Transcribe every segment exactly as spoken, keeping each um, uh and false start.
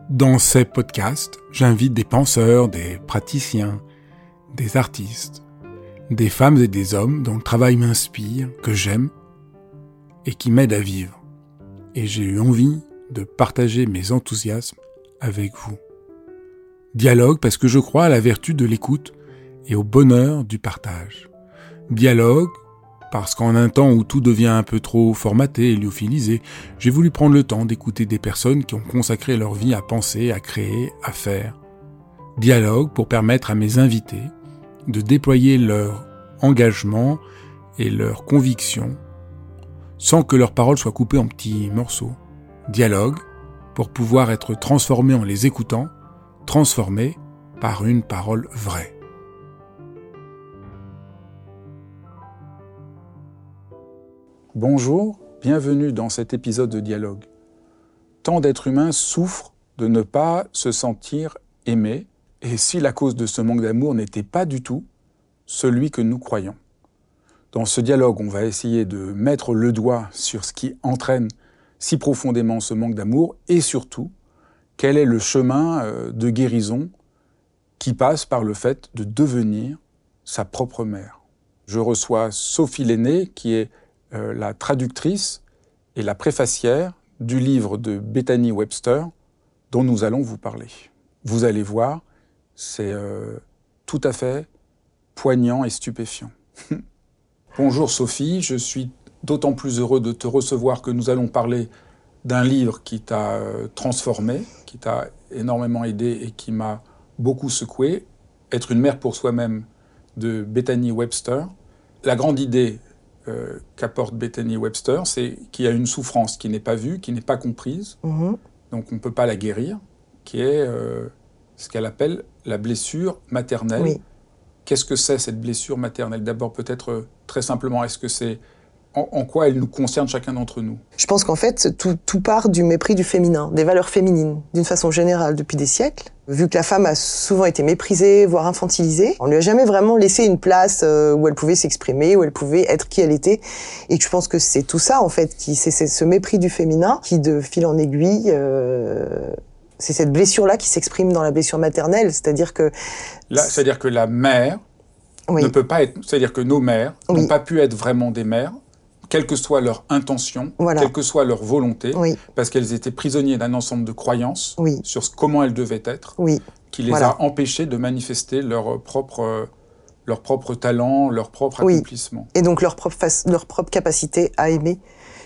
Dans ces podcasts, j'invite des penseurs, des praticiens, des artistes, des femmes et des hommes dont le travail m'inspire, que j'aime et qui m'aident à vivre. Et j'ai eu envie de partager mes enthousiasmes avec vous. Dialogue parce que je crois à la vertu de l'écoute et au bonheur du partage. Dialogue parce qu'en un temps où tout devient un peu trop formaté et lyophilisé, j'ai voulu prendre le temps d'écouter des personnes qui ont consacré leur vie à penser, à créer, à faire. Dialogue pour permettre à mes invités de déployer leur engagement et leur conviction sans que leurs paroles soient coupées en petits morceaux. Dialogue pour pouvoir être transformé en les écoutant, transformé par une parole vraie. Bonjour, bienvenue dans cet épisode de Dialogue. Tant d'êtres humains souffrent de ne pas se sentir aimés, et si la cause de ce manque d'amour n'était pas du tout celui que nous croyons. Dans ce dialogue, on va essayer de mettre le doigt sur ce qui entraîne si profondément ce manque d'amour, et surtout, quel est le chemin de guérison qui passe par le fait de devenir sa propre mère. Je reçois Sophie Lenné, qui est Euh, la traductrice et la préfacière du livre de Bethany Webster dont nous allons vous parler. Vous allez voir, c'est euh, tout à fait poignant et stupéfiant. Bonjour Sophie, je suis d'autant plus heureux de te recevoir que nous allons parler d'un livre qui t'a euh, transformé, qui t'a énormément aidé et qui m'a beaucoup secoué, Être une mère pour soi-même de Bethany Webster. La grande idée Euh, qu'apporte Bethany Webster, c'est qu'il y a une souffrance qui n'est pas vue, qui n'est pas comprise, mmh. donc on ne peut pas la guérir, qui est euh, ce qu'elle appelle la blessure maternelle. Oui. Qu'est-ce que c'est cette blessure maternelle ? D'abord, peut-être euh, très simplement, est-ce que c'est en, en quoi elle nous concerne chacun d'entre nous ? Je pense qu'en fait, tout, tout part du mépris du féminin, des valeurs féminines, d'une façon générale depuis des siècles. Vu que la femme a souvent été méprisée, voire infantilisée, on lui a jamais vraiment laissé une place euh, où elle pouvait s'exprimer, où elle pouvait être qui elle était. Et je pense que c'est tout ça, en fait, qui, c'est, c'est ce mépris du féminin qui, de fil en aiguille, euh, c'est cette blessure-là qui s'exprime dans la blessure maternelle. C'est-à-dire que... Là, c'est-à-dire que la mère oui. ne peut pas être... C'est-à-dire que nos mères oui. n'ont pas pu être vraiment des mères, quelle que soit leur intention, voilà. quelle que soit leur volonté, oui. parce qu'elles étaient prisonnières d'un ensemble de croyances oui. sur ce, comment elles devaient être, oui. qui les voilà. a empêchées de manifester leur propre, leur propre talent, leur propre oui. accomplissement. Et donc leur propre, leur propre capacité à aimer,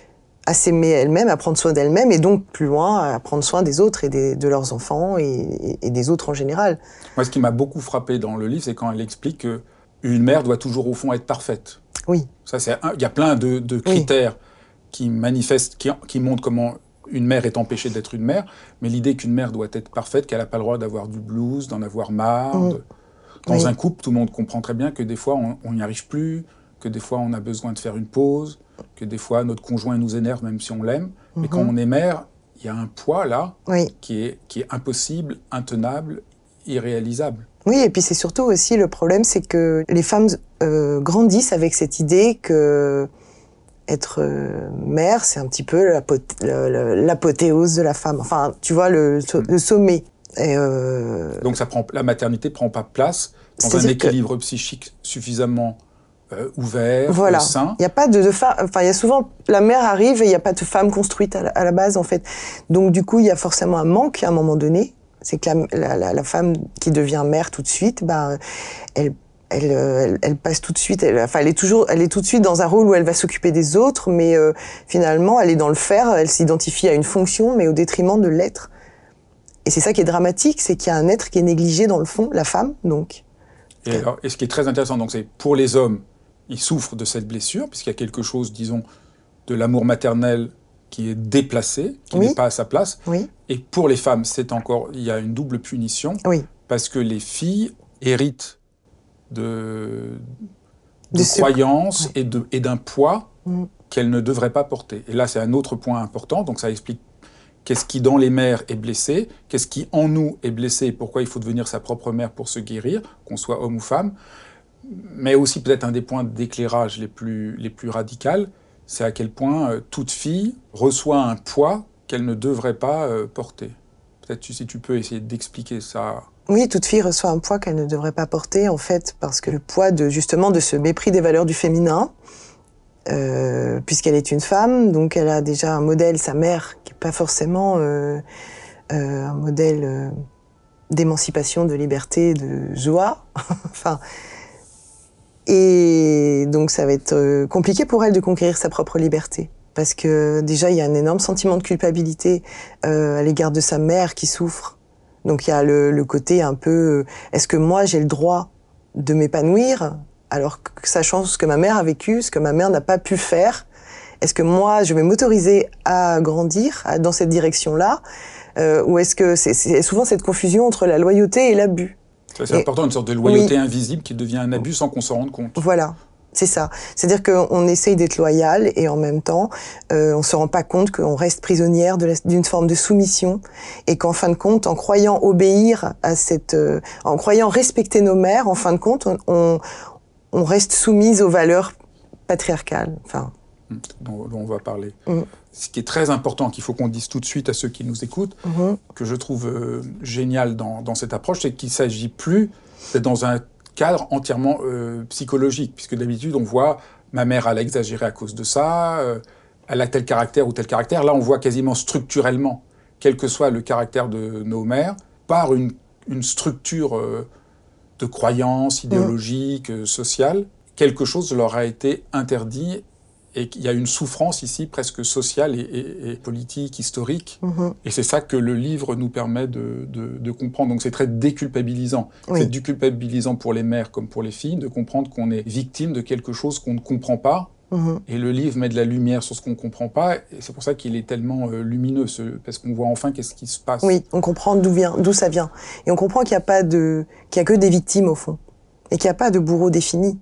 à s'aimer elles-mêmes, à prendre soin d'elles-mêmes, et donc plus loin, à prendre soin des autres et des, de leurs enfants et, et, et des autres en général. Moi, ce qui m'a beaucoup frappé dans le livre, c'est quand elle explique qu'une mère doit toujours au fond être parfaite. Oui. Ça, c'est un, il y a plein de, de critères oui. qui manifestent, qui, qui montrent comment une mère est empêchée d'être une mère, mais l'idée qu'une mère doit être parfaite, qu'elle n'a pas le droit d'avoir du blues, d'en avoir marre. Mmh. De... Dans oui. un couple, tout le monde comprend très bien que des fois, on n'y arrive plus, que des fois, on a besoin de faire une pause, que des fois, notre conjoint nous énerve même si on l'aime. Mmh. Mais quand on est mère, il y a un poids là oui. qui est, qui est impossible, intenable, irréalisable. Oui, et puis c'est surtout aussi le problème, c'est que les femmes euh, grandissent avec cette idée que être euh, mère, c'est un petit peu l'apoth- l'apothéose de la femme. Enfin, tu vois, le, le sommet. Et euh... Donc ça prend, la maternité ne prend pas place dans C'est-à-dire un équilibre que... psychique suffisamment euh, ouvert, voilà. euh, sain. Il y a pas de, de femme. Enfin, il y a souvent la mère arrive et il y a pas de femme construite à la, à la base en fait. Donc du coup, il y a forcément un manque à un moment donné. C'est que la, la, la femme qui devient mère tout de suite, bah, elle, elle, elle, elle passe tout de suite. Elle, enfin, elle est toujours, elle est tout de suite dans un rôle où elle va s'occuper des autres, mais euh, finalement, elle est dans le faire. Elle s'identifie à une fonction, mais au détriment de l'être. Et c'est ça qui est dramatique, c'est qu'il y a un être qui est négligé dans le fond, la femme, donc. Et, alors, et ce qui est très intéressant, donc, c'est pour les hommes, ils souffrent de cette blessure, puisqu'il y a quelque chose, disons, de l'amour maternel qui est déplacé, qui oui. n'est pas à sa place. Oui. Et pour les femmes, c'est encore, il y a une double punition, oui. parce que les filles héritent de, de, de croyances oui. et, de, et d'un poids mm. qu'elles ne devraient pas porter. Et là, c'est un autre point important, donc ça explique qu'est-ce qui, dans les mères, est blessé, qu'est-ce qui, en nous, est blessé, et pourquoi il faut devenir sa propre mère pour se guérir, qu'on soit homme ou femme. Mais aussi, peut-être, un des points d'éclairage les plus, les plus radicaux, c'est à quel point euh, toute fille reçoit un poids qu'elle ne devrait pas euh, porter. Peut-être si tu peux essayer d'expliquer ça. Oui, toute fille reçoit un poids qu'elle ne devrait pas porter, en fait, parce que le poids de, justement, de ce mépris des valeurs du féminin, euh, puisqu'elle est une femme, donc elle a déjà un modèle, sa mère, qui n'est pas forcément euh, euh, un modèle euh, d'émancipation, de liberté, de joie. Enfin, et donc ça va être euh, compliqué pour elle de conquérir sa propre liberté. Parce que déjà, il y a un énorme sentiment de culpabilité euh, à l'égard de sa mère qui souffre. Donc il y a le, le côté un peu, est-ce que moi j'ai le droit de m'épanouir alors que, sachant ce que ma mère a vécu, ce que ma mère n'a pas pu faire, est-ce que moi je vais m'autoriser à grandir à, dans cette direction-là euh, ou est-ce que c'est, c'est souvent cette confusion entre la loyauté et l'abus. Ça, c'est et, important, une sorte de loyauté oui. invisible qui devient un abus sans qu'on s'en rende compte. Voilà. C'est ça. C'est-à-dire qu'on essaye d'être loyal et en même temps, euh, on se rend pas compte qu'on reste prisonnière de la, d'une forme de soumission et qu'en fin de compte, en croyant obéir à cette, euh, en croyant respecter nos mères, en fin de compte, on, on, on reste soumise aux valeurs patriarcales. Enfin. Dont, dont on va parler. Mmh. Ce qui est très important, qu'il faut qu'on dise tout de suite à ceux qui nous écoutent, mmh. que je trouve euh, génial dans, dans cette approche, c'est qu'il s'agit plus d'être dans un cadre entièrement euh, psychologique, puisque d'habitude on voit ma mère elle a exagéré à cause de ça, euh, elle a tel caractère ou tel caractère. Là on voit quasiment structurellement, quel que soit le caractère de nos mères, par une, une structure euh, de croyance idéologique, mmh. euh, sociale, quelque chose leur a été interdit et qu'il y a une souffrance ici presque sociale et, et, et politique, historique. Mmh. Et c'est ça que le livre nous permet de, de, de comprendre. Donc c'est très déculpabilisant. Oui. C'est déculpabilisant pour les mères comme pour les filles de comprendre qu'on est victime de quelque chose qu'on ne comprend pas. Mmh. Et le livre met de la lumière sur ce qu'on ne comprend pas. Et c'est pour ça qu'il est tellement euh, lumineux, ce, parce qu'on voit enfin qu'est-ce qui se passe. Oui, on comprend d'où vient, d'où ça vient. Et on comprend qu'il n'y a pas de, qu'il y a que des victimes au fond. Et qu'il n'y a pas de bourreau défini.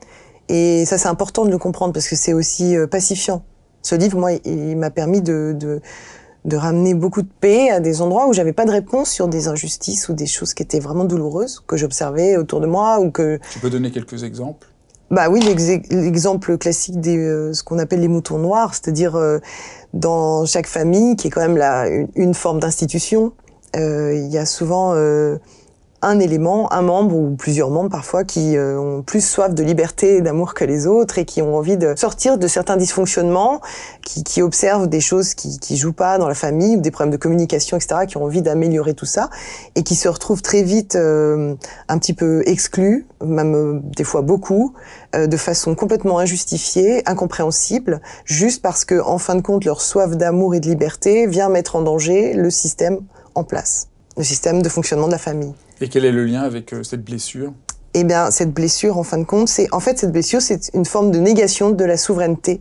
Et ça, c'est important de le comprendre parce que c'est aussi euh, pacifiant. Ce livre, moi, il, il m'a permis de, de, de ramener beaucoup de paix à des endroits où j'avais pas de réponse sur des injustices ou des choses qui étaient vraiment douloureuses, que j'observais autour de moi ou que... Tu peux donner quelques exemples ? Bah oui, l'ex- l'exemple classique de euh, ce qu'on appelle les moutons noirs, c'est-à-dire euh, dans chaque famille, qui est quand même la, une, une forme d'institution, euh, il y a souvent... Euh, un élément, un membre ou plusieurs membres parfois qui euh, ont plus soif de liberté et d'amour que les autres et qui ont envie de sortir de certains dysfonctionnements, qui, qui observent des choses qui, qui jouent pas dans la famille ou des problèmes de communication, et cetera, qui ont envie d'améliorer tout ça et qui se retrouvent très vite euh, un petit peu exclus, même euh, des fois beaucoup, euh, de façon complètement injustifiée, incompréhensible, juste parce que, en fin de compte, leur soif d'amour et de liberté vient mettre en danger le système en place, le système de fonctionnement de la famille. Et quel est le lien avec euh, cette blessure ? Eh bien, cette blessure, en fin de compte, c'est en fait cette blessure, c'est une forme de négation de la souveraineté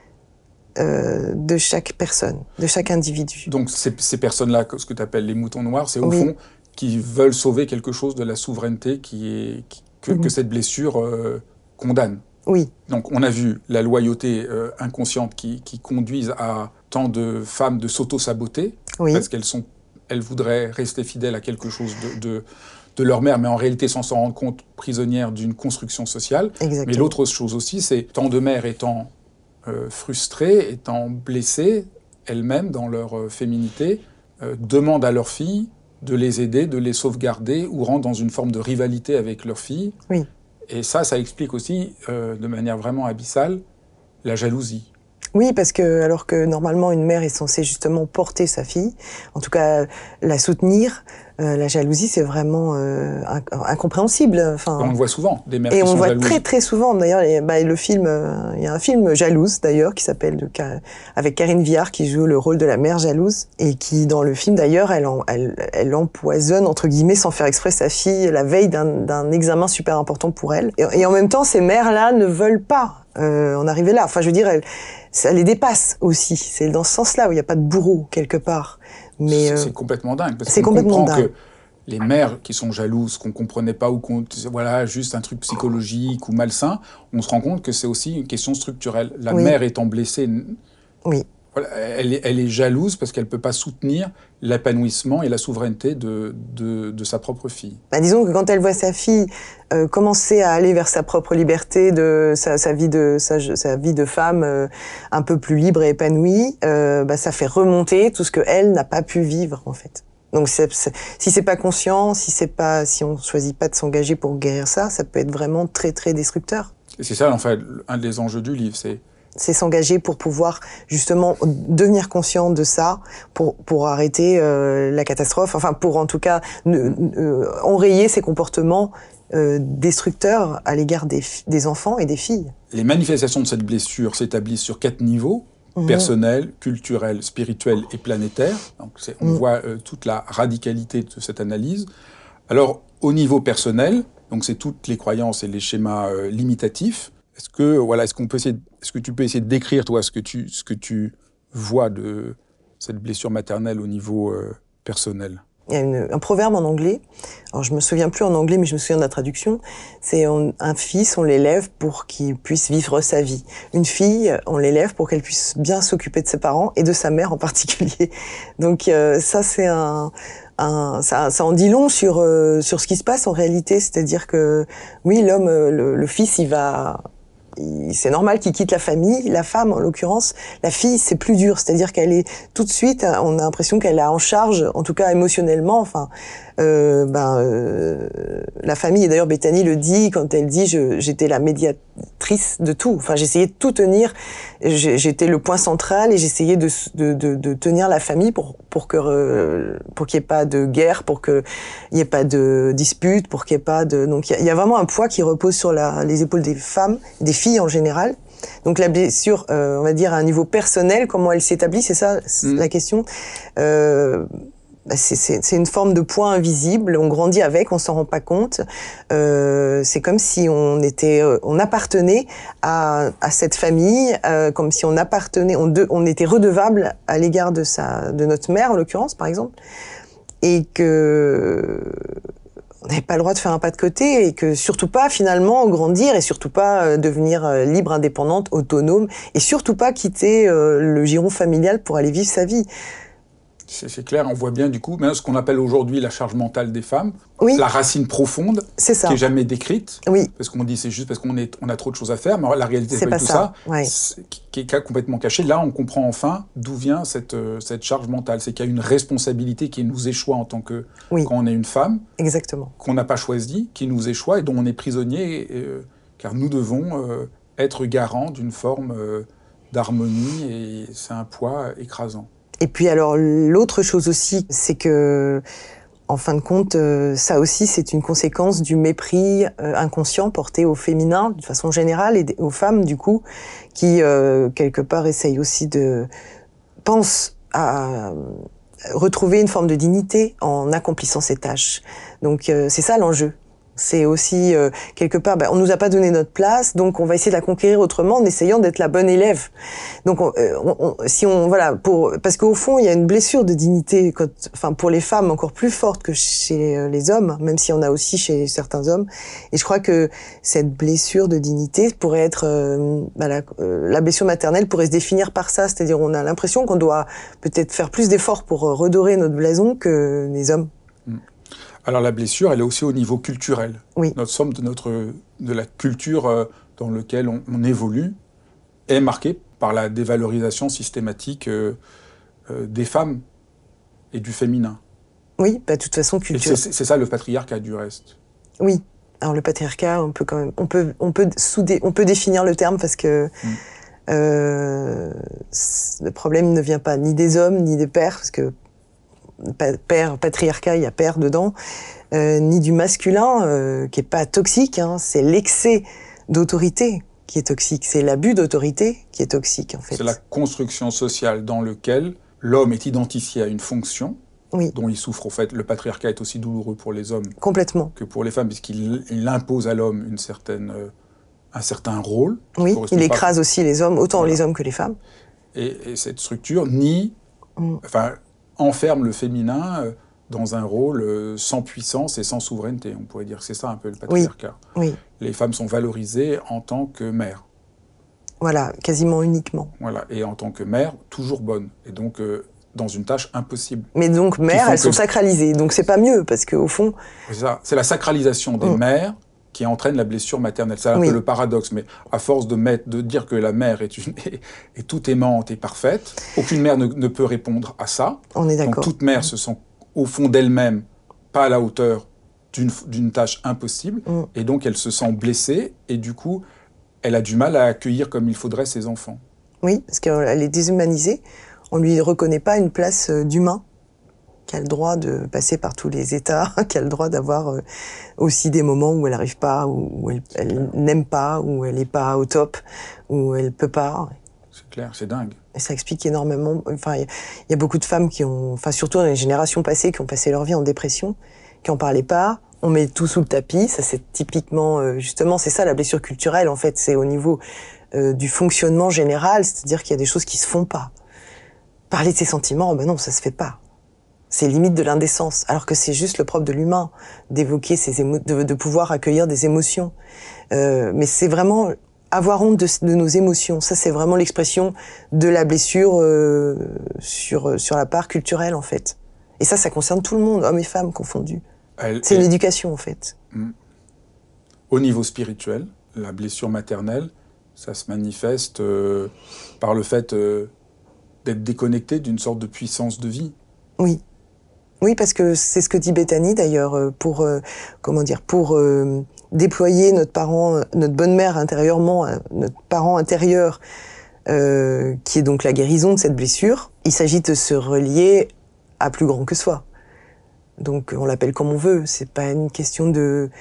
euh, de chaque personne, de chaque individu. Donc ces, ces personnes-là, ce que tu appelles les moutons noirs, c'est au oui. fond qui veulent sauver quelque chose de la souveraineté qui est qui, que, mmh. que cette blessure euh, condamne. Oui. Donc on a vu la loyauté euh, inconsciente qui, qui conduise à tant de femmes de s'auto-saboter oui. parce qu'elles sont elles voudraient rester fidèles à quelque chose de, de, de leur mère, mais en réalité, sans s'en rendre compte, prisonnières d'une construction sociale. Exactement. Mais l'autre chose aussi, c'est tant de mères étant euh, frustrées, étant blessées, elles-mêmes, dans leur euh, féminité, euh, demandent à leurs filles de les aider, de les sauvegarder, ou rentrent dans une forme de rivalité avec leurs filles. Oui. Et ça, ça explique aussi, euh, de manière vraiment abyssale, la jalousie. Oui, parce que alors que normalement une mère est censée justement porter sa fille, en tout cas la soutenir, euh, la jalousie c'est vraiment euh, inc- incompréhensible. Enfin, on le voit souvent, des mères et qui on sont le voit jalouses. très très souvent. D'ailleurs, et, bah, le film, euh, il y a un film Jalouse d'ailleurs qui s'appelle de, avec Karine Viard qui joue le rôle de la mère jalouse et qui dans le film d'ailleurs elle, en, elle, elle empoisonne entre guillemets sans faire exprès sa fille la veille d'un, d'un examen super important pour elle. Et, et en même temps, ces mères-là ne veulent pas euh, en arriver là. Enfin, je veux dire, elles, ça les dépasse aussi. C'est dans ce sens-là où il n'y a pas de bourreau quelque part. Mais c'est, euh, c'est complètement dingue parce c'est qu'on complètement comprend dingue. que les mères qui sont jalouses, qu'on comprenait pas ou qu'on voilà juste un truc psychologique ou malsain, on se rend compte que c'est aussi une question structurelle. La oui. mère étant blessée, oui. voilà, elle, est, elle est jalouse parce qu'elle peut pas soutenir l'épanouissement et la souveraineté de, de, de sa propre fille. Bah, disons que quand elle voit sa fille euh, commencer à aller vers sa propre liberté, de sa, sa vie de sa, sa vie de femme euh, un peu plus libre et épanouie, euh, bah, ça fait remonter tout ce que elle n'a pas pu vivre en fait. Donc c'est, c'est, si c'est pas conscient, si c'est pas, si on choisit pas de s'engager pour guérir ça, ça peut être vraiment très très destructeur. Et c'est ça en fait un des enjeux du livre, c'est c'est s'engager pour pouvoir justement devenir conscient de ça, pour pour arrêter euh, la catastrophe, enfin pour en tout cas ne, ne, enrayer ces comportements euh, destructeurs à l'égard des, des enfants et des filles. Les manifestations de cette blessure s'établissent sur quatre niveaux, mmh. personnel, culturel, spirituel et planétaire. Donc c'est, on mmh. voit euh, toute la radicalité de cette analyse. Alors au niveau personnel, donc c'est toutes les croyances et les schémas euh, limitatifs. Est-ce que voilà, est-ce qu'on peut essayer, est-ce que tu peux essayer de décrire toi ce que tu ce que tu vois de cette blessure maternelle au niveau euh, personnel? Il y a une, un proverbe en anglais. Alors je me souviens plus en anglais, mais je me souviens de la traduction. C'est on, un fils, on l'élève pour qu'il puisse vivre sa vie. Une fille, on l'élève pour qu'elle puisse bien s'occuper de ses parents et de sa mère en particulier. Donc euh, ça c'est un Un, ça, ça en dit long sur euh, sur ce qui se passe en réalité, c'est-à-dire que oui, l'homme, le, le fils, il va, il, c'est normal qu'il quitte la famille. La femme, en l'occurrence, la fille, c'est plus dur, c'est-à-dire qu'elle est tout de suite, on a l'impression qu'elle a en charge, en tout cas émotionnellement, enfin, euh, ben, euh, la famille. Et d'ailleurs, Bethany le dit quand elle dit, je, j'étais la médiatrice de tout. Enfin, j'essayais de tout tenir. J'étais le point central et j'essayais de, de, de, de tenir la famille pour pour que pour qu'il y ait pas de guerre, pour qu'il y ait pas de dispute, pour qu'il y ait pas de. Donc il y, y a vraiment un poids qui repose sur la, les épaules des femmes, des filles en général. Donc la blessure, euh, on va dire à un niveau personnel, comment elle s'établit, c'est ça c'est mmh. la question. Euh, C'est, c'est, c'est une forme de poids invisible. On grandit avec, on s'en rend pas compte. Euh, c'est comme si on était, on appartenait à, à cette famille, euh, comme si on appartenait, on, de, on était redevable à l'égard de sa, de notre mère en l'occurrence, par exemple, et que on n'avait pas le droit de faire un pas de côté et que surtout pas finalement grandir et surtout pas devenir libre, indépendante, autonome et surtout pas quitter euh, le giron familial pour aller vivre sa vie. C'est, c'est clair, on voit bien du coup ce qu'on appelle aujourd'hui la charge mentale des femmes, oui. la racine profonde, c'est ça. qui est jamais décrite, oui. parce qu'on dit c'est juste parce qu'on est, on a trop de choses à faire, mais la réalité c'est, c'est pas, pas tout ça, ça ouais. qui est complètement caché. Là, on comprend enfin d'où vient cette, cette charge mentale, c'est qu'il y a une responsabilité qui nous échoit en tant que oui. quand on est une femme, exactement, qu'on n'a pas choisie, qui nous échoit et dont on est prisonnier, euh, car nous devons euh, être garants d'une forme euh, d'harmonie et c'est un poids écrasant. Et puis alors l'autre chose aussi, c'est que en fin de compte, euh, ça aussi c'est une conséquence du mépris euh, inconscient porté au féminin de façon générale et aux femmes du coup, qui euh, quelque part essayent aussi de pensent à retrouver une forme de dignité en accomplissant ces tâches. Donc euh, c'est ça l'enjeu. C'est aussi euh, quelque part, ben, on nous a pas donné notre place, donc on va essayer de la conquérir autrement en essayant d'être la bonne élève. Donc, on, on, on, si on, voilà, pour, parce qu'au fond, il y a une blessure de dignité, quand, enfin, pour les femmes encore plus forte que chez les hommes, même si on a aussi chez certains hommes. Et je crois que cette blessure de dignité pourrait être, euh, ben, la, euh, la blessure maternelle pourrait se définir par ça, c'est-à-dire on a l'impression qu'on doit peut-être faire plus d'efforts pour redorer notre blason que les hommes. Mmh. Alors la blessure, elle est aussi au niveau culturel. Oui. Notre somme de, notre, de la culture euh, dans laquelle on, on évolue est marquée par la dévalorisation systématique euh, euh, des femmes et du féminin. Oui, bah, de toute façon, culture. Et c'est, c'est ça le patriarcat du reste. Oui. Alors le patriarcat, on peut quand même, on peut, on peut souder, on peut définir le terme parce que mm. euh, le problème ne vient pas ni des hommes ni des pères, parce que père, patriarcat, il y a père dedans, euh, ni du masculin, euh, qui est pas toxique, hein, c'est l'excès d'autorité qui est toxique, c'est l'abus d'autorité qui est toxique, en fait. C'est la construction sociale dans laquelle l'homme est identifié à une fonction, oui. dont il souffre. En fait, le patriarcat est aussi douloureux pour les hommes complètement que pour les femmes, puisqu'il il impose à l'homme une certaine, euh, un certain rôle. Oui, il écrase pas... aussi les hommes, autant voilà. les hommes que les femmes. Et, et cette structure nie, mm. enfin, enferme le féminin euh, dans un rôle euh, sans puissance et sans souveraineté. On pourrait dire que c'est ça un peu le patriarcat. Oui. Oui. Les femmes sont valorisées en tant que mères. Voilà, quasiment uniquement. Voilà, et en tant que mères, toujours bonnes. Et donc, euh, dans une tâche impossible. Mais donc, mères, elles que... sont sacralisées. Donc, c'est pas mieux, parce qu'au fond... C'est ça. C'est la sacralisation des mm. mères qui entraîne la blessure maternelle. C'est un oui. peu le paradoxe, mais à force de, mettre, de dire que la mère est, une, est, est toute aimante et parfaite, aucune mère ne, ne peut répondre à ça. On est d'accord. Donc toute mère se sent au fond d'elle-même, pas à la hauteur d'une, d'une tâche impossible, Mm. et donc elle se sent blessée, et du coup, elle a du mal à accueillir comme il faudrait ses enfants. Oui, parce qu'elle est déshumanisée. On lui reconnaît pas une place euh, d'humain, qui a le droit de passer par tous les états, qui a le droit d'avoir euh, aussi des moments où elle n'arrive pas, où, où elle, elle n'aime pas, où elle n'est pas au top, où elle peut pas. C'est clair, c'est dingue. Et ça explique énormément. Enfin, il y, y a beaucoup de femmes qui ont, enfin surtout dans les générations passées, qui ont passé leur vie en dépression, qui en parlaient pas. On met tout sous le tapis. Ça, c'est typiquement, euh, justement, c'est ça la blessure culturelle. En fait, c'est au niveau euh, du fonctionnement général, c'est-à-dire qu'il y a des choses qui se font pas. Parler de ses sentiments, ben non, ça se fait pas. C'est limite de l'indécence, alors que c'est juste le propre de l'humain d'évoquer ses émo- de, de pouvoir accueillir des émotions. Euh, mais c'est vraiment avoir honte de, de nos émotions. Ça, c'est vraiment l'expression de la blessure euh, sur sur la part culturelle, en fait. Et ça, ça concerne tout le monde, hommes et femmes confondus. Elle, C'est elle, une éducation, en fait. Au niveau spirituel, la blessure maternelle, ça se manifeste euh, par le fait euh, d'être déconnecté d'une sorte de puissance de vie. Oui. Oui, parce que c'est ce que dit Bethany d'ailleurs, pour euh, comment dire, pour euh, déployer notre parent, notre bonne mère intérieurement, notre parent intérieur, euh, qui est donc la guérison de cette blessure. Il s'agit de se relier à plus grand que soi. Donc on l'appelle comme on veut. C'est pas une question de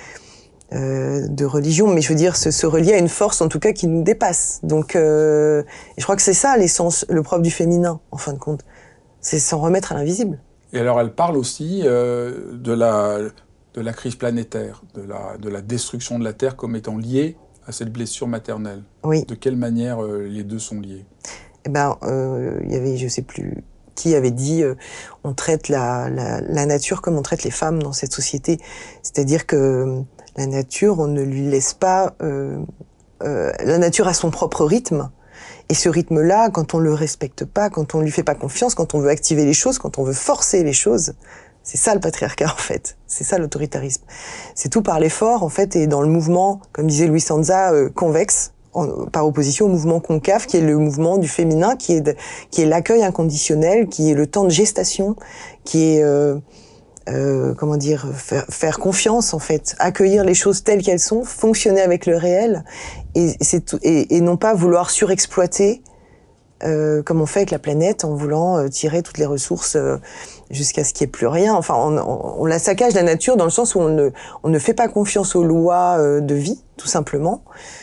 euh, de religion, mais je veux dire se, se relier à une force en tout cas qui nous dépasse. Donc euh, je crois que c'est ça l'essence, le propre du féminin en fin de compte, c'est s'en remettre à l'invisible. Et alors, elle parle aussi euh, de, la, de la crise planétaire, de la, de la destruction de la Terre comme étant liée à cette blessure maternelle. Oui. De quelle manière euh, les deux sont liés? Eh ben, euh, il y avait, je sais plus qui avait dit, euh, on traite la, la, la nature comme on traite les femmes dans cette société. C'est-à-dire que euh, la nature, on ne lui laisse pas... Euh, euh, la nature a son propre rythme. Et ce rythme-là, quand on le respecte pas, quand on lui fait pas confiance, quand on veut activer les choses, quand on veut forcer les choses, c'est ça le patriarcat en fait. C'est ça l'autoritarisme. C'est tout par l'effort en fait et dans le mouvement, comme disait Louis Sanza, euh, convexe, en, par opposition au mouvement concave qui est le mouvement du féminin, qui est de, qui est l'accueil inconditionnel, qui est le temps de gestation, qui est euh, euh, comment dire faire, faire confiance en fait, accueillir les choses telles qu'elles sont, fonctionner avec le réel. Et, c'est tout, et, et non pas vouloir surexploiter euh, comme on fait avec la planète en voulant euh, tirer toutes les ressources euh, jusqu'à ce qu'il n'y ait plus rien. Enfin, on, on, on la saccage la nature dans le sens où on ne, on ne fait pas confiance aux lois euh, de vie, tout simplement.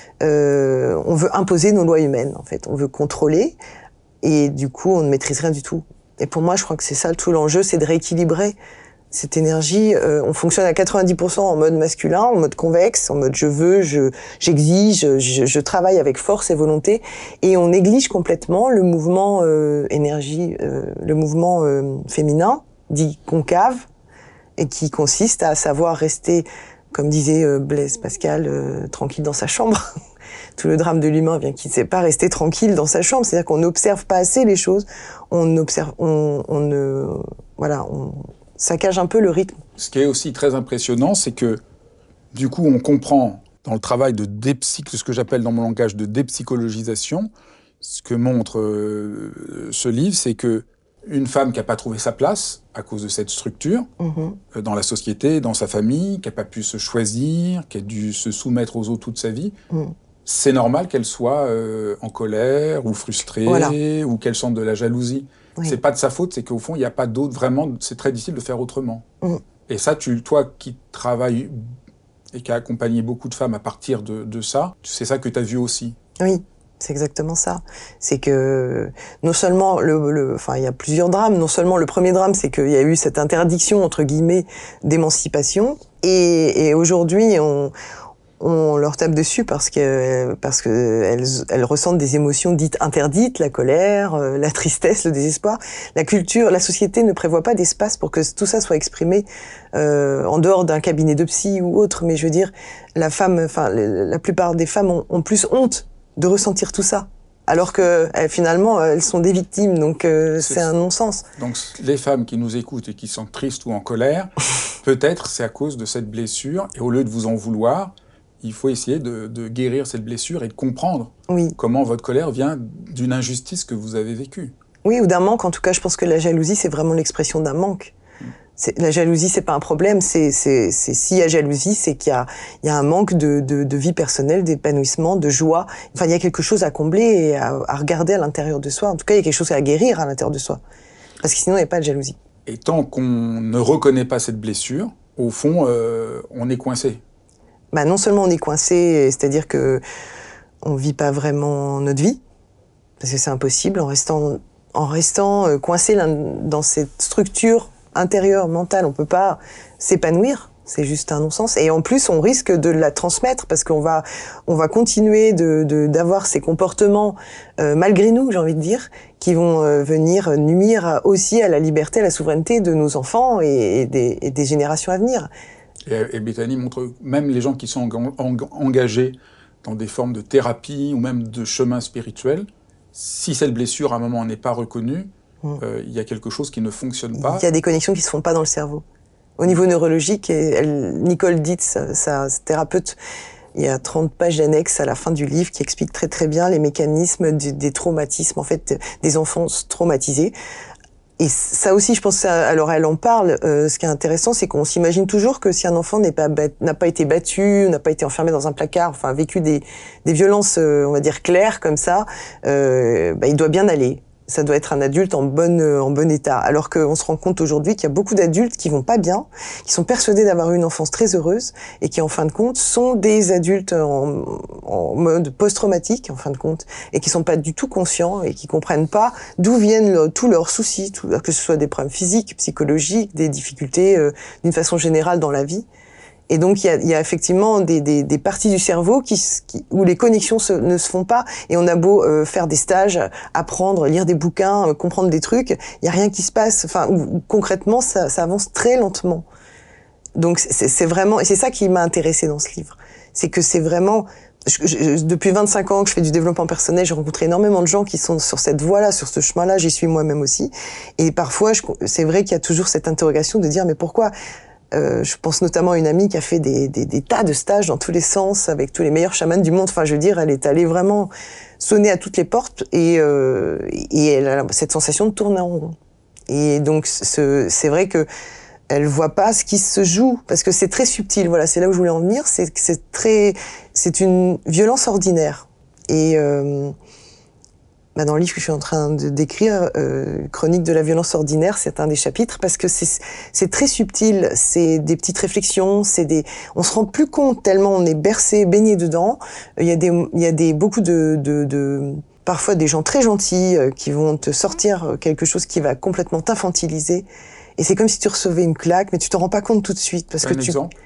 Euh, on veut imposer nos lois humaines, en fait. On veut contrôler et du coup, on ne maîtrise rien du tout. Et pour moi, je crois que c'est ça tout l'enjeu, c'est de rééquilibrer cette énergie. Euh, on fonctionne à quatre-vingt-dix pour cent en mode masculin, en mode convexe, en mode je veux, je, j'exige, je, je travaille avec force et volonté, et on néglige complètement le mouvement euh, énergie, euh, le mouvement euh, féminin, dit concave, et qui consiste à savoir rester, comme disait euh, Blaise Pascal, euh, tranquille dans sa chambre. Tout le drame de l'humain vient qu'il ne sait pas rester tranquille dans sa chambre, c'est-à-dire qu'on n'observe pas assez les choses, on observe, on, on ne, voilà, on saccage un peu le rythme. Ce qui est aussi très impressionnant, c'est que du coup, on comprend dans le travail de dépsy... ce que j'appelle dans mon langage de dépsychologisation, ce que montre euh, ce livre, c'est que une femme qui n'a pas trouvé sa place à cause de cette structure Mm-hmm. euh, dans la société, dans sa famille, qui n'a pas pu se choisir, qui a dû se soumettre aux autres toute sa vie, Mm. c'est normal qu'elle soit euh, en colère ou frustrée, Voilà. ou qu'elle sente de la jalousie. Oui. C'est pas de sa faute, c'est qu'au fond, il n'y a pas d'autre, vraiment, c'est très difficile de faire autrement. Mm. Et ça, tu, toi qui travailles et qui a accompagné beaucoup de femmes à partir de, de ça, c'est ça que tu as vu aussi. Oui, c'est exactement ça. C'est que non seulement le, le, enfin il y a plusieurs drames. Non seulement le premier drame, c'est qu'il y a eu cette interdiction entre guillemets d'émancipation, et, et aujourd'hui on on leur tape dessus parce que parce que elles, elles ressentent des émotions dites interdites, la colère, euh, la tristesse, le désespoir. La culture, la société ne prévoit pas d'espace pour que tout ça soit exprimé euh, en dehors d'un cabinet de psy ou autre. Mais je veux dire, la femme, enfin la plupart des femmes ont, ont plus honte de ressentir tout ça, alors que elles, finalement elles sont des victimes. Donc euh, c'est, c'est un non-sens. Donc les femmes qui nous écoutent et qui sont tristes ou en colère, peut-être c'est à cause de cette blessure. Et au lieu de vous en vouloir, il faut essayer de, de guérir cette blessure et de comprendre oui. comment votre colère vient d'une injustice que vous avez vécue. Oui, ou d'un manque. En tout cas, je pense que la jalousie, c'est vraiment l'expression d'un manque. Mmh. C'est, la jalousie, c'est pas un problème. C'est, c'est, c'est s'il y a jalousie, c'est qu'il y a, il y a un manque de, de, de vie personnelle, d'épanouissement, de joie. Enfin, il y a quelque chose à combler et à, à regarder à l'intérieur de soi. En tout cas, il y a quelque chose à guérir à l'intérieur de soi. Parce que sinon, il n'y a pas de jalousie. Et tant qu'on ne reconnaît pas cette blessure, au fond, euh, on est coincé. Bah, non seulement on est coincé, c'est-à-dire que on vit pas vraiment notre vie, parce que c'est impossible en restant, en restant coincé dans cette structure intérieure, mentale, on peut pas s'épanouir, c'est juste un non-sens. Et en plus, on risque de la transmettre parce qu'on va, on va continuer de, de, d'avoir ces comportements, euh, malgré nous, j'ai envie de dire, qui vont euh, venir nuire aussi à la liberté, à la souveraineté de nos enfants et, et, des, et des générations à venir. Et, et Bethany montre même les gens qui sont en, engagés dans des formes de thérapie ou même de chemin spirituel, si cette blessure à un moment n'est pas reconnue, il mmh. euh, y a quelque chose qui ne fonctionne pas. Il y a des connexions qui ne se font pas dans le cerveau. Au niveau neurologique, et elle, Nicole Dietz, sa, sa thérapeute, il y a trente pages d'annexes à la fin du livre qui expliquent très très bien les mécanismes du, des traumatismes, en fait, des enfants traumatisés. Et ça aussi, je pense, ça, alors elle en parle, euh, ce qui est intéressant, c'est qu'on s'imagine toujours que si un enfant n'est pas bat, n'a pas été battu, n'a pas été enfermé dans un placard, enfin vécu des, des violences, euh, on va dire, claires comme ça, euh, bah, il doit bien aller. Ça doit être un adulte en bon, en bon état. Alors qu'on se rend compte aujourd'hui qu'il y a beaucoup d'adultes qui vont pas bien, qui sont persuadés d'avoir eu une enfance très heureuse et qui, en fin de compte, sont des adultes en, en mode post-traumatique, en fin de compte, et qui sont pas du tout conscients et qui comprennent pas d'où viennent le, tous leurs soucis, tout, que ce soit des problèmes physiques, psychologiques, des difficultés euh, d'une façon générale dans la vie. Et donc, il y a, il y a effectivement des, des, des parties du cerveau qui, qui, où les connexions se, ne se font pas. Et on a beau euh, faire des stages, apprendre, lire des bouquins, euh, comprendre des trucs, il y a rien qui se passe. Enfin, où, où, concrètement, ça, ça avance très lentement. Donc, c'est, c'est vraiment, et c'est ça qui m'a intéressée dans ce livre. C'est que c'est vraiment, je, je, depuis vingt-cinq ans que je fais du développement personnel, j'ai rencontré énormément de gens qui sont sur cette voie-là, sur ce chemin-là. J'y suis moi-même aussi. Et parfois, je, c'est vrai qu'il y a toujours cette interrogation de dire, mais pourquoi? Euh, je pense notamment à une amie qui a fait des, des, des tas de stages dans tous les sens avec tous les meilleurs chamans du monde. Enfin, je veux dire, elle est allée vraiment sonner à toutes les portes et, euh, et elle a cette sensation de tourner en rond. Et donc, ce, c'est vrai que elle voit pas ce qui se joue parce que c'est très subtil. Voilà, c'est là où je voulais en venir. C'est que c'est très, c'est une violence ordinaire. Et euh, bah dans le livre que je suis en train de d'écrire, euh, Chronique de la violence ordinaire, c'est un des chapitres parce que c'est c'est très subtil, c'est des petites réflexions, c'est des, on se rend plus compte tellement on est bercé, baigné dedans. Il y a des, il y a des beaucoup de, de, de parfois des gens très gentils euh, qui vont te sortir quelque chose qui va complètement t'infantiliser. Et c'est comme si tu recevais une claque, mais tu t'en rends pas compte tout de suite parce un que tu. Exemple.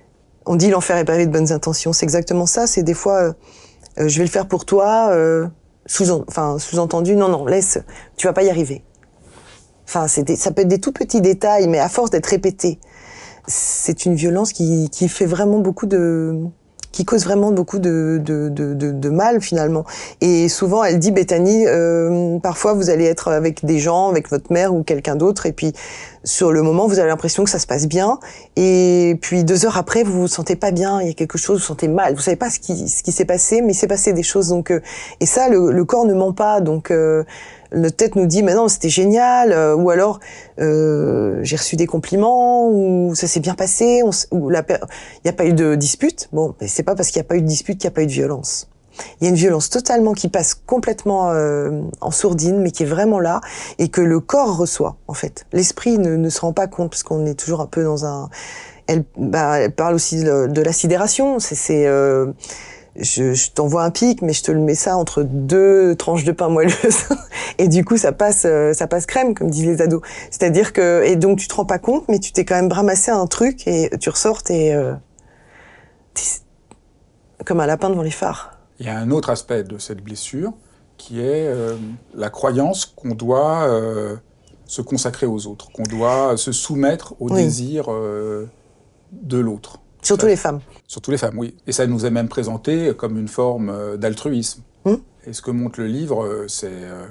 On dit l'enfer est pavé de bonnes intentions, c'est exactement ça. C'est des fois, euh, euh, je vais le faire pour toi. Euh, Sous, enfin, sous-entendu, non, non, laisse, tu vas pas y arriver. Enfin, c'est des, ça peut être des tout petits détails, mais à force d'être répété, c'est une violence qui, qui fait vraiment beaucoup de, qui cause vraiment beaucoup de, de, de, de, de mal finalement. Et souvent, elle dit, Bethany, euh, parfois vous allez être avec des gens, avec votre mère ou quelqu'un d'autre, et puis sur le moment, vous avez l'impression que ça se passe bien, et puis deux heures après, vous vous sentez pas bien, il y a quelque chose, vous vous sentez mal, vous savez pas ce qui, ce qui s'est passé, mais il s'est passé des choses. Donc, euh, et ça, le, le corps ne ment pas, donc euh, notre tête nous dit, mais non, c'était génial, euh, ou alors euh, j'ai reçu des compliments, ou ça s'est bien passé, on, ou la, il n'y a pas eu de dispute. Bon, mais c'est pas parce qu'il n'y a pas eu de dispute qu'il n'y a pas eu de violence. Il y a une violence totalement qui passe complètement euh, en sourdine, mais qui est vraiment là, et que le corps reçoit, en fait. L'esprit ne, ne se rend pas compte, parce qu'on est toujours un peu dans un... Elle, bah, elle parle aussi de, de la sidération, c'est... c'est euh, je, je t'envoie un pic, mais je te le mets ça entre deux tranches de pain moelleuses, et du coup, ça passe, ça passe crème, comme disent les ados. C'est-à-dire que... Et donc, tu te rends pas compte, mais tu t'es quand même ramassé un truc, et tu ressors, t'es... Euh, t'es comme un lapin devant les phares. Il y a un autre aspect de cette blessure qui est euh, la croyance qu'on doit euh, se consacrer aux autres, qu'on doit se soumettre au oui. désir euh, de l'autre. Surtout ça, les femmes. Surtout les femmes, oui. Et ça nous est même présenté comme une forme d'altruisme. Mmh. Et ce que montre le livre, c'est... Euh,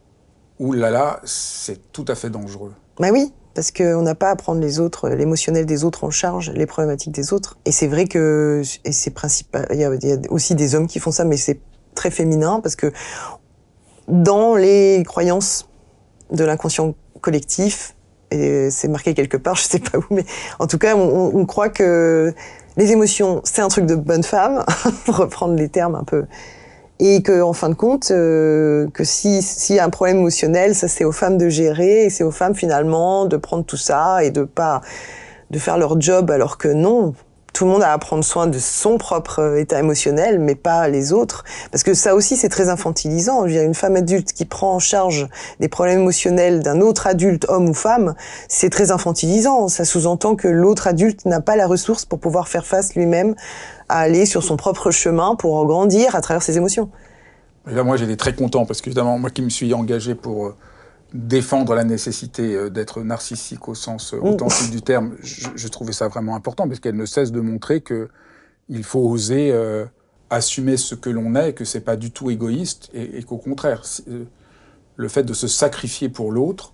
ouh là là, c'est tout à fait dangereux. Bah oui, parce qu'on n'a pas à prendre les autres, l'émotionnel des autres en charge, les problématiques des autres. Et c'est vrai que, et c'est principal, il y a, il y a aussi des hommes qui font ça, mais c'est très féminin, parce que dans les croyances de l'inconscient collectif, Et c'est marqué quelque part, je sais pas où, mais en tout cas, on, on croit que les émotions, c'est un truc de bonne femme, pour reprendre les termes un peu. Et que, en fin de compte, euh, que si, s'il y a un problème émotionnel, ça c'est aux femmes de gérer, et c'est aux femmes finalement de prendre tout ça et de pas, de faire leur job, alors que non. Tout le monde a à prendre soin de son propre état émotionnel, mais pas les autres. Parce que ça aussi, c'est très infantilisant. Je veux dire, une femme adulte qui prend en charge des problèmes émotionnels d'un autre adulte, homme ou femme, c'est très infantilisant. Ça sous-entend que l'autre adulte n'a pas la ressource pour pouvoir faire face lui-même à aller sur son propre chemin pour grandir à travers ses émotions. Et là, moi, j'étais très content parce qu'évidemment, moi qui me suis engagé pour défendre la nécessité d'être narcissique au sens authentique mmh. du terme, je, je trouvais ça vraiment important parce qu'elle ne cesse de montrer que il faut oser euh, assumer ce que l'on est, et que c'est pas du tout égoïste et, et qu'au contraire, euh, le fait de se sacrifier pour l'autre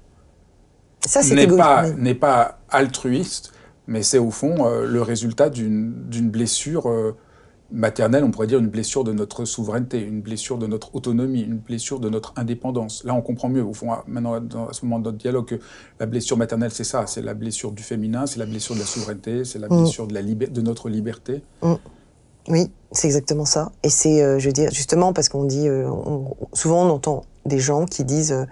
n'est pas, oui. n'est pas altruiste, mais c'est au fond euh, le résultat d'une, d'une blessure euh, maternelle, on pourrait dire une blessure de notre souveraineté, une blessure de notre autonomie, une blessure de notre indépendance. Là, on comprend mieux, au fond, maintenant, à ce moment de notre dialogue, que la blessure maternelle, c'est ça, c'est la blessure du féminin, c'est la blessure de la souveraineté, c'est la blessure mmh. de, la liber- de notre liberté. Mmh. Oui, c'est exactement ça. Et c'est, euh, je veux dire, justement, parce qu'on dit, euh, on, souvent on entend des gens qui disent, euh,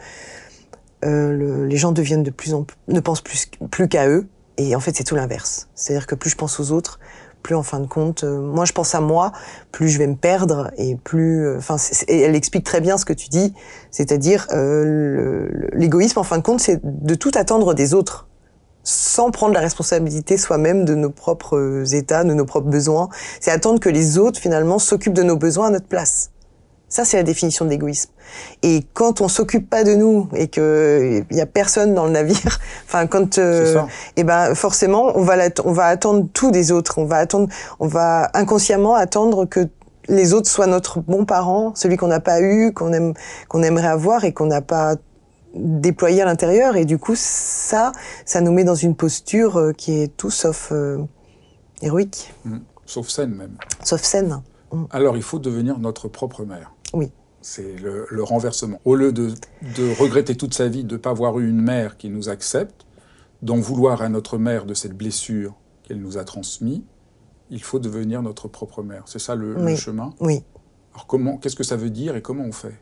euh, le, les gens deviennent de plus en plus, ne pensent plus, plus qu'à eux, et en fait, c'est tout l'inverse. C'est-à-dire que plus je pense aux autres, plus en fin de compte, euh, moi je pense à moi, plus je vais me perdre et plus, enfin, euh, et elle explique très bien ce que tu dis, c'est-à-dire euh, le, l'égoïsme en fin de compte, c'est de tout attendre des autres, sans prendre la responsabilité soi-même de nos propres états, de nos propres besoins. C'est attendre que les autres finalement s'occupent de nos besoins à notre place. Ça, c'est la définition de l'égoïsme. Et quand on s'occupe pas de nous et que il y a personne dans le navire, enfin quand, euh, et ben forcément, on va on va attendre tout des autres. On va attendre, on va inconsciemment attendre que les autres soient notre bon parent, celui qu'on n'a pas eu, qu'on aime, qu'on aimerait avoir et qu'on n'a pas déployé à l'intérieur. Et du coup, ça, ça nous met dans une posture qui est tout sauf euh, héroïque. Mmh. Sauf saine même. Sauf saine. Mmh. Alors, il faut devenir notre propre mère. Oui. C'est le, le renversement. Au lieu de, de regretter toute sa vie de ne pas avoir eu une mère qui nous accepte, d'en vouloir à notre mère de cette blessure qu'elle nous a transmise, il faut devenir notre propre mère. C'est ça le, oui. le chemin ? Oui. Alors, comment, qu'est-ce que ça veut dire et comment on fait ?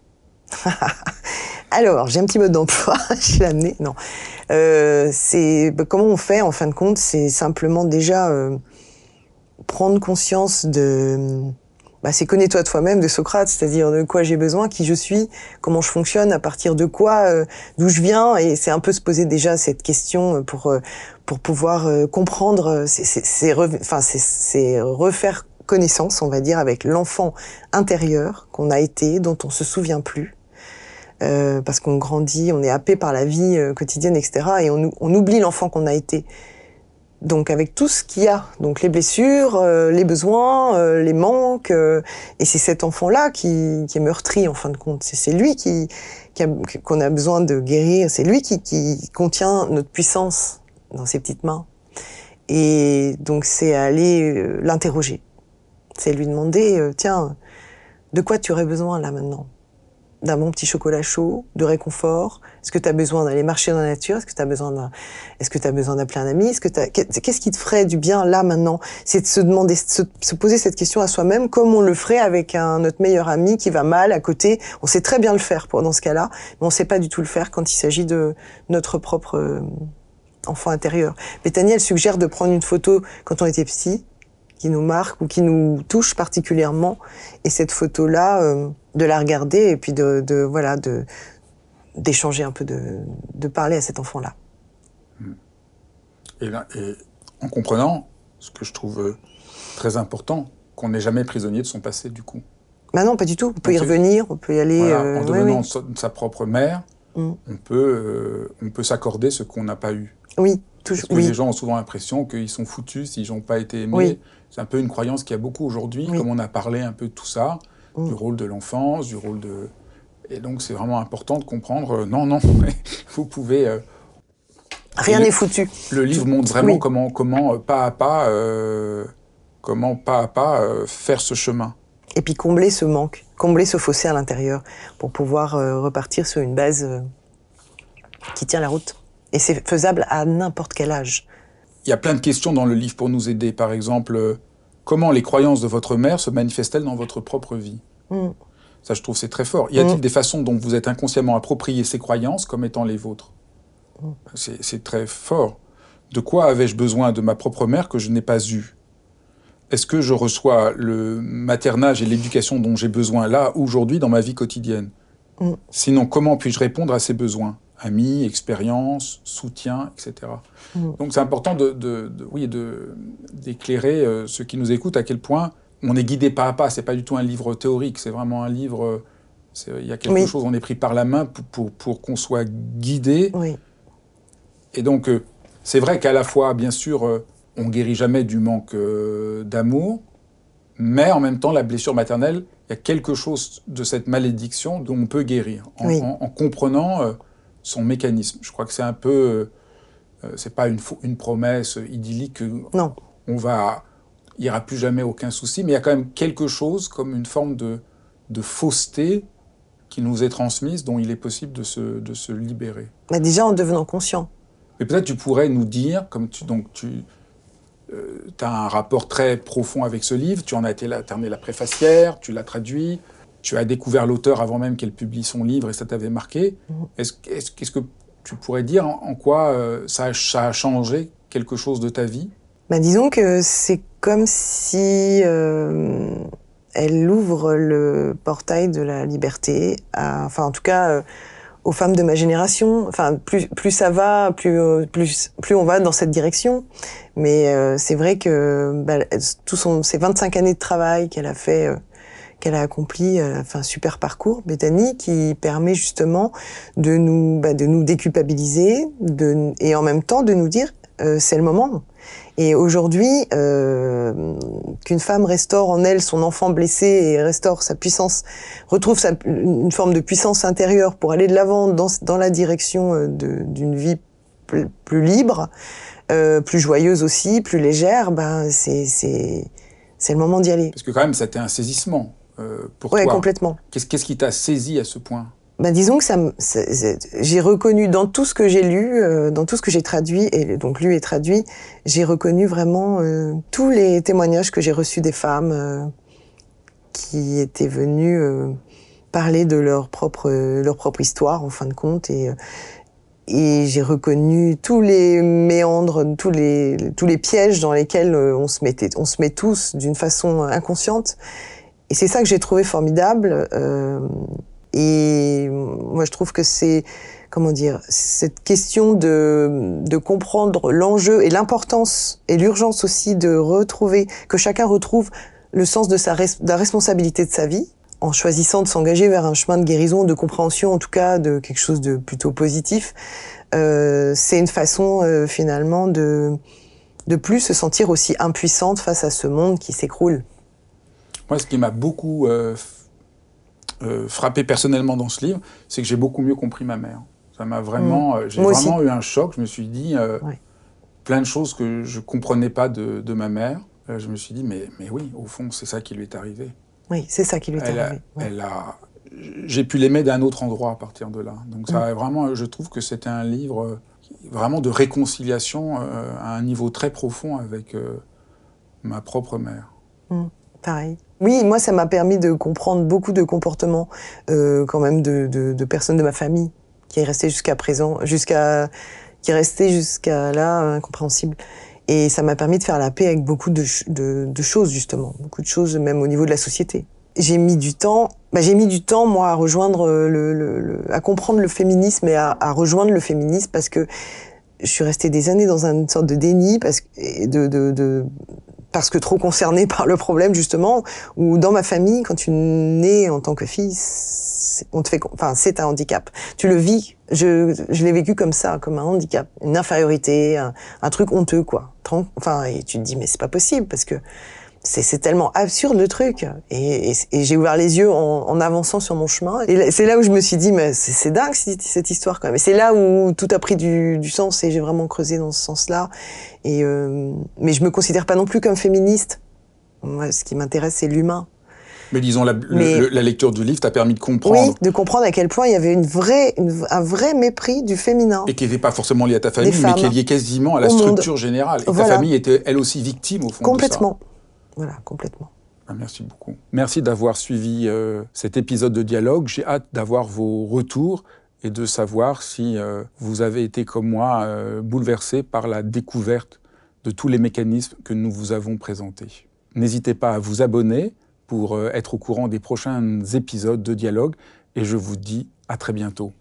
Alors, j'ai un petit mode d'emploi, je l'ai amené. Non. Euh, c'est, bah, comment on fait, en fin de compte, c'est simplement déjà euh, prendre conscience de... Bah, c'est connais-toi toi-même de Socrate, c'est-à-dire de quoi j'ai besoin, qui je suis, comment je fonctionne, à partir de quoi, euh, d'où je viens, et c'est un peu se poser déjà cette question pour euh, pour pouvoir euh, comprendre, c'est c'est c'est, re, enfin, c'est c'est refaire connaissance, on va dire, avec l'enfant intérieur qu'on a été, dont on se souvient plus, euh, parce qu'on grandit, on est happé par la vie euh, quotidienne, et cetera, et on on oublie l'enfant qu'on a été. Donc avec tout ce qu'il y a, donc les blessures, euh, les besoins, euh, les manques, euh, et c'est cet enfant-là qui, qui est meurtri en fin de compte. C'est, c'est lui qui, qui a, qu'on a besoin de guérir, c'est lui qui, qui contient notre puissance dans ses petites mains. Et donc c'est aller euh, l'interroger, c'est lui demander, euh, tiens, de quoi tu aurais besoin là maintenant ? D'un bon petit chocolat chaud, de réconfort? Est-ce que tu as besoin d'aller marcher dans la nature? Est-ce que tu as besoin d'un, est-ce que tu as besoin d'appeler un ami? Est-ce que t'as, qu'est-ce qui te ferait du bien là maintenant? C'est de se demander, se, se poser cette question à soi-même comme on le ferait avec un, notre meilleur ami qui va mal à côté. On sait très bien le faire pour, dans ce cas-là, mais on sait pas du tout le faire quand il s'agit de notre propre euh, enfant intérieur. Bethany, elle suggère de prendre une photo quand on était petit, qui nous marque ou qui nous touche particulièrement, et cette photo-là, euh, de la regarder et puis de, de voilà, de d'échanger un peu, de, de parler à cet enfant-là. Et, là, et en comprenant, ce que je trouve très important, qu'on n'est jamais prisonnier de son passé, du coup. Bah non, pas du tout. On peut Donc, y revenir, on peut y aller... Voilà, euh, en devenant oui, oui. sa propre mère, mm. on peut, euh, on peut s'accorder ce qu'on n'a pas eu. Oui, toujours. Parce que oui. les gens ont souvent l'impression qu'ils sont foutus s'ils n'ont pas été aimés. Oui. C'est un peu une croyance qu'il y a beaucoup aujourd'hui, oui. comme on a parlé un peu de tout ça, mm. du rôle de l'enfance, du rôle de... Et donc, c'est vraiment important de comprendre, euh, non, non, vous pouvez... Euh, Rien n'est foutu. Le livre montre vraiment oui. comment, comment, euh, pas à pas, euh, comment, pas à pas, euh, faire ce chemin. Et puis combler ce manque, combler ce fossé à l'intérieur, pour pouvoir euh, repartir sur une base euh, qui tient la route. Et c'est faisable à n'importe quel âge. Il y a plein de questions dans le livre pour nous aider. Par exemple, euh, comment les croyances de votre mère se manifestent-elles dans votre propre vie? mm. Ça, je trouve, c'est très fort. Y a-t-il mm. des façons dont vous êtes inconsciemment approprié ces croyances comme étant les vôtres? mm. c'est, c'est très fort. De quoi avais-je besoin de ma propre mère que je n'ai pas eu? Est-ce que je reçois le maternage et l'éducation dont j'ai besoin là, aujourd'hui, dans ma vie quotidienne? mm. Sinon, comment puis-je répondre à ces besoins? Amis, expérience, soutien, et cetera. Mm. Donc c'est important de, de, de, oui, de, d'éclairer euh, ceux qui nous écoutent à quel point on est guidé pas à pas. C'est pas du tout un livre théorique, c'est vraiment un livre... Il y a quelque oui. chose, on est pris par la main pour, pour, pour qu'on soit guidé. Oui. Et donc, euh, c'est vrai qu'à la fois, bien sûr, euh, on ne guérit jamais du manque euh, d'amour, mais en même temps, la blessure maternelle, il y a quelque chose de cette malédiction dont on peut guérir, en, oui. en, en comprenant... Euh, son mécanisme. Je crois que c'est un peu... Euh, c'est pas une, une promesse idyllique. Non. On va... Il n'y aura plus jamais aucun souci, mais il y a quand même quelque chose comme une forme de, de fausseté qui nous est transmise, dont il est possible de se, de se libérer. Mais déjà en devenant conscient. Mais peut-être tu pourrais nous dire, comme tu... Donc tu euh, as un rapport très profond avec ce livre, tu en as été la, t'en es la préfacière, tu l'as traduit, tu as découvert l'auteur avant même qu'elle publie son livre et ça t'avait marqué. Mmh. Est-ce, est-ce, qu'est-ce que tu pourrais dire en, en quoi euh, ça, a, ça a changé quelque chose de ta vie? Bah, disons que c'est comme si euh, elle ouvre le portail de la liberté, à, enfin en tout cas euh, aux femmes de ma génération. Enfin plus, plus ça va, plus, plus, plus on va dans cette direction. Mais euh, c'est vrai que bah, tous son, ces vingt-cinq années de travail qu'elle a fait... Euh, qu'elle a accompli, elle a fait un super parcours, Bethany, qui permet justement de nous, bah, de nous déculpabiliser de, et en même temps de nous dire euh, c'est le moment. Et aujourd'hui, euh, qu'une femme restaure en elle son enfant blessé et restaure sa puissance, retrouve sa, une forme de puissance intérieure pour aller de l'avant dans, dans la direction de, d'une vie plus, plus libre, euh, plus joyeuse aussi, plus légère, bah, c'est, c'est, c'est le moment d'y aller. Parce que quand même, c'était un saisissement. Euh, pour ouais, toi. complètement. Qu'est-ce, qu'est-ce qui t'a saisi à ce point? Bah, disons que ça, c'est, c'est, j'ai reconnu dans tout ce que j'ai lu, euh, dans tout ce que j'ai traduit, et donc lu et traduit, j'ai reconnu vraiment euh, tous les témoignages que j'ai reçus des femmes euh, qui étaient venues euh, parler de leur propre, euh, leur propre histoire, en fin de compte, et, euh, et j'ai reconnu tous les méandres, tous les, tous les pièges dans lesquels on se mettait, on se met tous d'une façon inconsciente. Et c'est ça que j'ai trouvé formidable. Euh, et moi, je trouve que c'est, comment dire, cette question de, de comprendre l'enjeu et l'importance et l'urgence aussi de retrouver, que chacun retrouve le sens de, sa res, de la responsabilité de sa vie, en choisissant de s'engager vers un chemin de guérison, de compréhension, en tout cas, de quelque chose de plutôt positif. Euh, c'est une façon, euh, finalement, de, de plus se sentir aussi impuissante face à ce monde qui s'écroule. Moi, ce qui m'a beaucoup euh, euh, frappé personnellement dans ce livre, c'est que j'ai beaucoup mieux compris ma mère. Ça m'a vraiment... Mmh. Euh, j'ai Moi vraiment aussi. eu un choc. Je me suis dit euh, ouais. plein de choses que je ne comprenais pas de, de ma mère. Euh, je me suis dit, mais, mais oui, au fond, c'est ça qui lui est arrivé. Oui, c'est ça qui lui est elle arrivé. A, ouais. elle a, j'ai pu l'aimer d'un autre endroit à partir de là. Donc ça mmh. a vraiment, je trouve que c'était un livre vraiment de réconciliation euh, à un niveau très profond avec euh, ma propre mère. Mmh. Pareil. Oui, moi, ça m'a permis de comprendre beaucoup de comportements, euh, quand même, de, de, de personnes de ma famille, qui est resté jusqu'à présent, jusqu'à, qui est resté jusqu'à là incompréhensible. Et ça m'a permis de faire la paix avec beaucoup de, de, de choses, justement. Beaucoup de choses, même au niveau de la société. J'ai mis du temps, bah, j'ai mis du temps, moi, à rejoindre le, le, le à comprendre le féminisme et à, à rejoindre le féminisme parce que je suis restée des années dans une sorte de déni parce que, de, de, de, parce que trop concernée par le problème, justement, où dans ma famille, quand tu nais en tant que fille, on te fait, enfin, c'est un handicap. Tu le vis. Je, je l'ai vécu comme ça, comme un handicap, une infériorité, un, un truc honteux, quoi. Enfin, et tu te dis, mais c'est pas possible, parce que c'est, c'est tellement absurde, le truc. Et, et, et j'ai ouvert les yeux en, en avançant sur mon chemin. Et c'est là où je me suis dit, mais c'est, c'est dingue, cette, cette histoire, quand même. Et c'est là où tout a pris du, du sens, et j'ai vraiment creusé dans ce sens-là. Et, euh, mais je me considère pas non plus comme féministe. Moi, ce qui m'intéresse, c'est l'humain. Mais disons, la, Mais, le, la lecture du livre t'a permis de comprendre. Oui, de comprendre à quel point il y avait une vraie, une, un vrai mépris du féminin. Et qui n'était pas forcément lié à ta famille, Des mais qui est femmes lié quasiment à la au structure monde. générale. Et Voilà. ta famille était elle aussi victime, au fond, Complètement. de ça. Voilà, complètement. Ah, merci beaucoup. Merci d'avoir suivi euh, cet épisode de Dialogue. J'ai hâte d'avoir vos retours et de savoir si euh, vous avez été, comme moi, euh, bouleversé par la découverte de tous les mécanismes que nous vous avons présentés. N'hésitez pas à vous abonner pour euh, être au courant des prochains épisodes de Dialogue et je vous dis à très bientôt.